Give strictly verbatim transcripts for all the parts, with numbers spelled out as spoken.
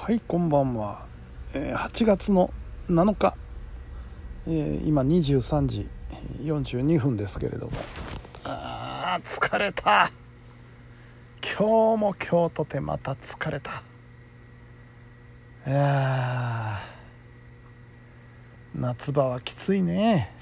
はい、こんばんは。えーはちがつのなのか、えー今にじゅうさんじよんじゅうにふんですけれども、あー疲れた。今日も今日とてまた疲れた。いやー夏場はきついね。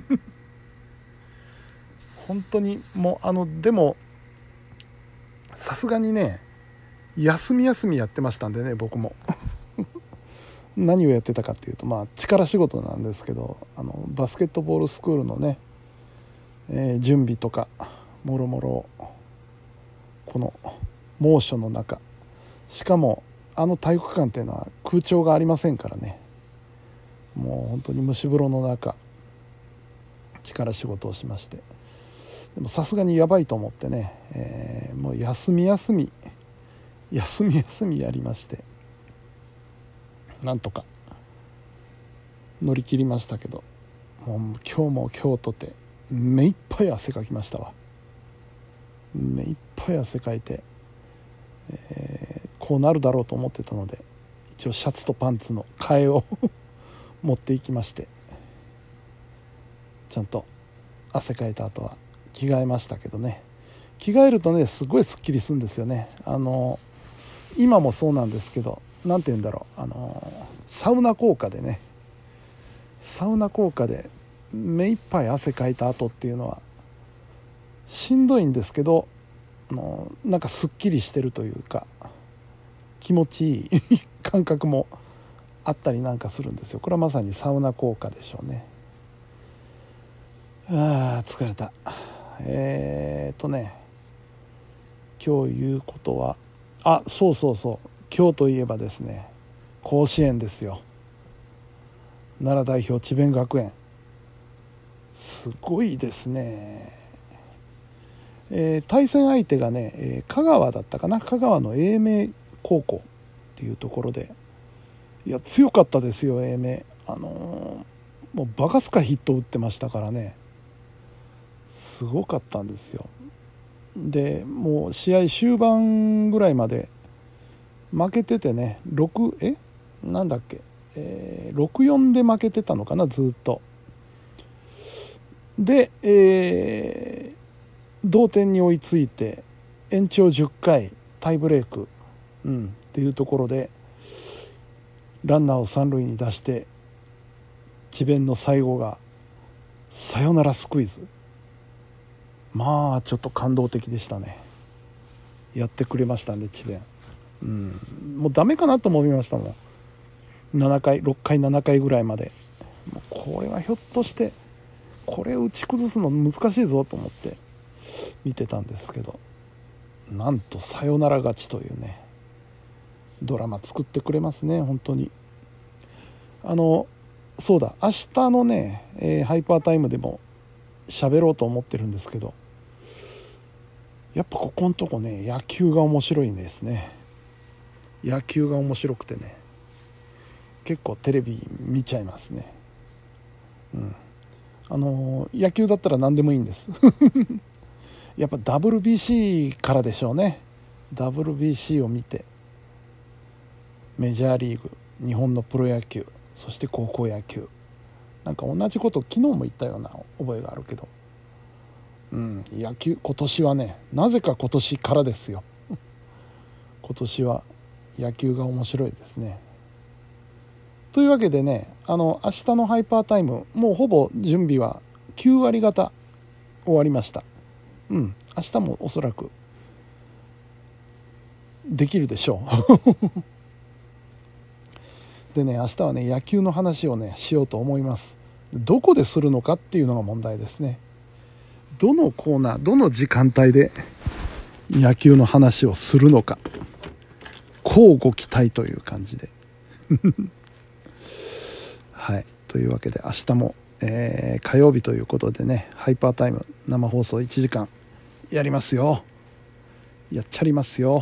本当にもうあのでもさすがにね、休み休みやってましたんでね、僕も何をやってたかっていうと、まあ力仕事なんですけど、あのバスケットボールスクールのね、えー準備とかもろもろ、この猛暑の中、しかもあの体育館っていうのは空調がありませんからね、もう本当に蒸し風呂の中力仕事をしまして、でもさすがにやばいと思ってね、えーもう休み休み休み休みやりまして、なんとか乗り切りましたけど、もう今日も今日とて目いっぱい汗かきましたわ。目いっぱい汗かいて、えーこうなるだろうと思ってたので、一応シャツとパンツの替えを持っていきまして、ちゃんと汗かいた後は着替えましたけどね、着替えるとねすごいすっきりするんですよね。あの今もそうなんですけど、なんて言うんだろう、あのサウナ効果でねサウナ効果で目いっぱい汗かいた後っていうのはしんどいんですけど、あのなんかすっきりしてるというか、気持ちいい感覚もあったりなんかするんですよ。これはまさにサウナ効果でしょうね。あー疲れた。えーっとね今日言うことは、あ、そうそうそう、今日といえばですね、甲子園ですよ。奈良代表智弁学園、すごいですね。えー対戦相手がね、えー香川だったかな、香川の英明高校っていうところで、いや強かったですよ、英明。あのーもうバカすかヒット打ってましたからね、すごかったんですよ。でもう試合終盤ぐらいまで負けててね、ろくえなんだっけ、えー、ろくよんで負けてたのかな、ずっと。で、えー同点に追いついて延長じゅっかいタイブレーク、うん、っていうところでランナーを三塁に出して、智弁の最後がサヨナラスクイズ。まあちょっと感動的でしたね。やってくれましたね、智弁。うん、もうダメかなと思いましたもん。ななかいろっかいななかいぐらいまで、もうこれはひょっとしてこれを打ち崩すの難しいぞと思って見てたんですけど、なんとサヨナラ勝ちというね、ドラマ作ってくれますね、本当に。あのそうだ、明日のね、えーハイパータイムでも喋ろうと思ってるんですけど、やっぱここのとこね、野球が面白いんですね。野球が面白くてね、結構テレビ見ちゃいますね。うん、あの野球だったら何でもいいんですやっぱ ダブリュービーシー からでしょうね。 ダブリュービーシー を見て、メジャーリーグ、日本のプロ野球、そして高校野球、なんか同じこと昨日も言ったような覚えがあるけど、うん、野球今年はね、なぜか今年からですよ今年は野球が面白いですね。というわけでね、あの明日のハイパータイム、もうほぼ準備はきゅうわりがた終わりました。うん、明日もおそらくできるでしょうでね、明日はね野球の話をねしようと思います。どこでするのかっていうのが問題ですね。どのコーナー、どの時間帯で野球の話をするのか、乞うご期待という感じではい、というわけで明日も、えー火曜日ということでね、ハイパータイム生放送いちじかんやりますよ。やっちゃりますよ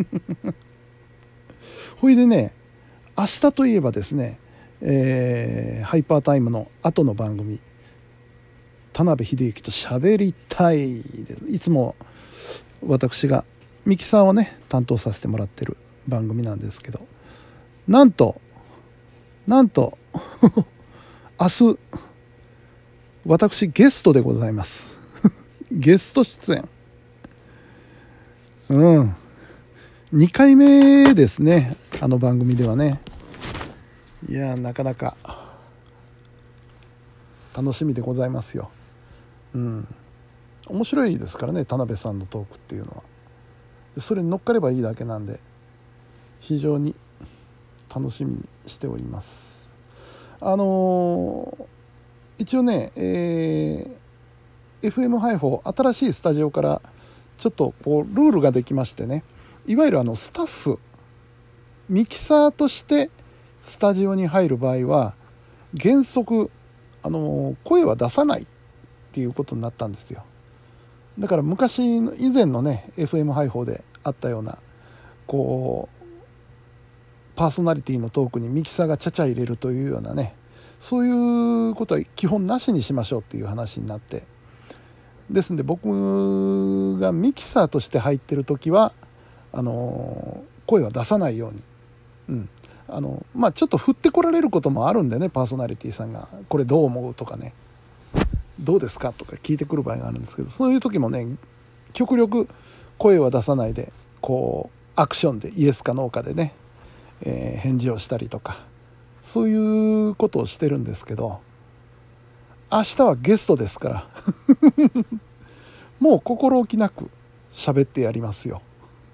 ほいでね、明日といえばですね、えーハイパータイムの後の番組、田辺秀幸と喋りたいで、いつも私がミキサーをね担当させてもらってる番組なんですけど、 なんとなんと明日私ゲストでございますゲスト出演、うんにかいめですね、あの番組ではね。いやなかなか楽しみでございますよ。うん面白いですからね、田辺さんのトークっていうのは。それに乗っかればいいだけなんで非常に楽しみにしております。あのー、一応ね、えー、エフエム 配報新しいスタジオからちょっとこうルールができましてね、いわゆるあのスタッフミキサーとしてスタジオに入る場合は原則あのー、声は出さないっていうことになったんですよ。だから昔以前のね エフエム 配報であったようなこうパーソナリティのトークにミキサーがちゃちゃ入れるというようなね、そういうことは基本なしにしましょうっていう話になって、ですんで僕がミキサーとして入ってる時はあの声は出さないように、うんあのまあちょっと振ってこられることもあるんでね、パーソナリティさんがこれどう思うとかね、どうですかとか聞いてくる場合があるんですけど、そういう時もね極力声は出さないでこうアクションでイエスかノーかでね、えー、返事をしたりとかそういうことをしてるんですけど、明日はゲストですからもう心置きなく喋ってやりますよ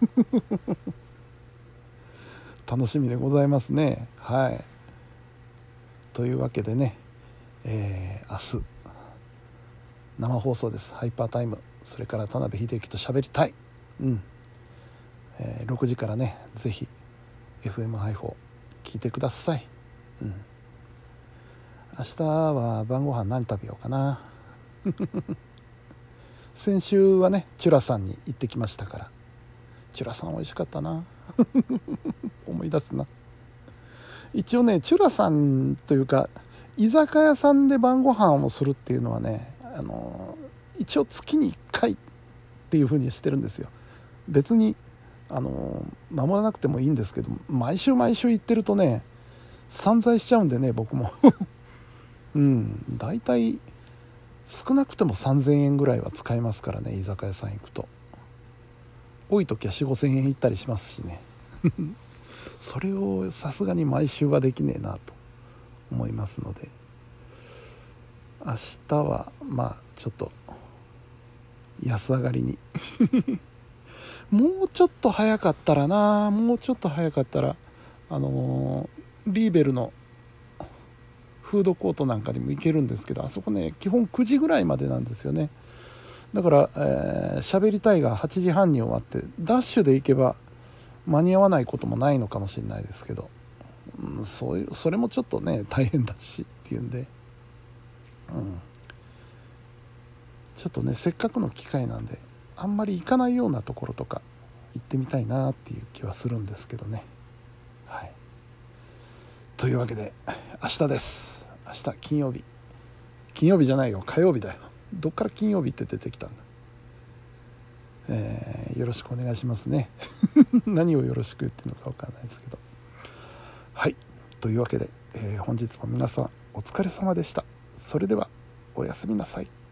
楽しみでございますね。はいというわけでね、えー、明日生放送です。ハイパータイム、それから田辺秀樹と喋りたい、うんえー、ろくじからねぜひ エフエム 配報聞いてください、うん、明日は晩ご飯何食べようかな先週はねチュラさんに行ってきましたから、チュラさん美味しかったな思い出すな。一応ねチュラさんというか居酒屋さんで晩ご飯をするっていうのはね、あの一応月にいっかいっていう風にしてるんですよ。別にあの守らなくてもいいんですけど、毎週毎週行ってるとね散財しちゃうんでね僕もうん大体少なくてもさんぜんえんぐらいは使いますからね、居酒屋さん行くと。多い時は よん、ごせんえん行ったりしますしねそれをさすがに毎週はできねえなと思いますので、明日はまあちょっと安上がりにもうちょっと早かったらなもうちょっと早かったらあのー、リーベルのフードコートなんかにも行けるんですけど、あそこね基本くじぐらいまでなんですよね。だからえー、喋りたいがはちじはんに終わってダッシュで行けば間に合わないこともないのかもしれないですけど、うん、そういうそれもちょっとね大変だしっていうんで、うん、ちょっとねせっかくの機会なんであんまり行かないようなところとか行ってみたいなっていう気はするんですけどね。はいというわけで明日です。明日金曜日金曜日じゃないよ火曜日だよ。どっから金曜日って出てきたんだ。えー、よろしくお願いしますね何をよろしく言ってるのか分かんないですけど、はいというわけで、えー、本日も皆さんお疲れ様でした。それではおやすみなさい。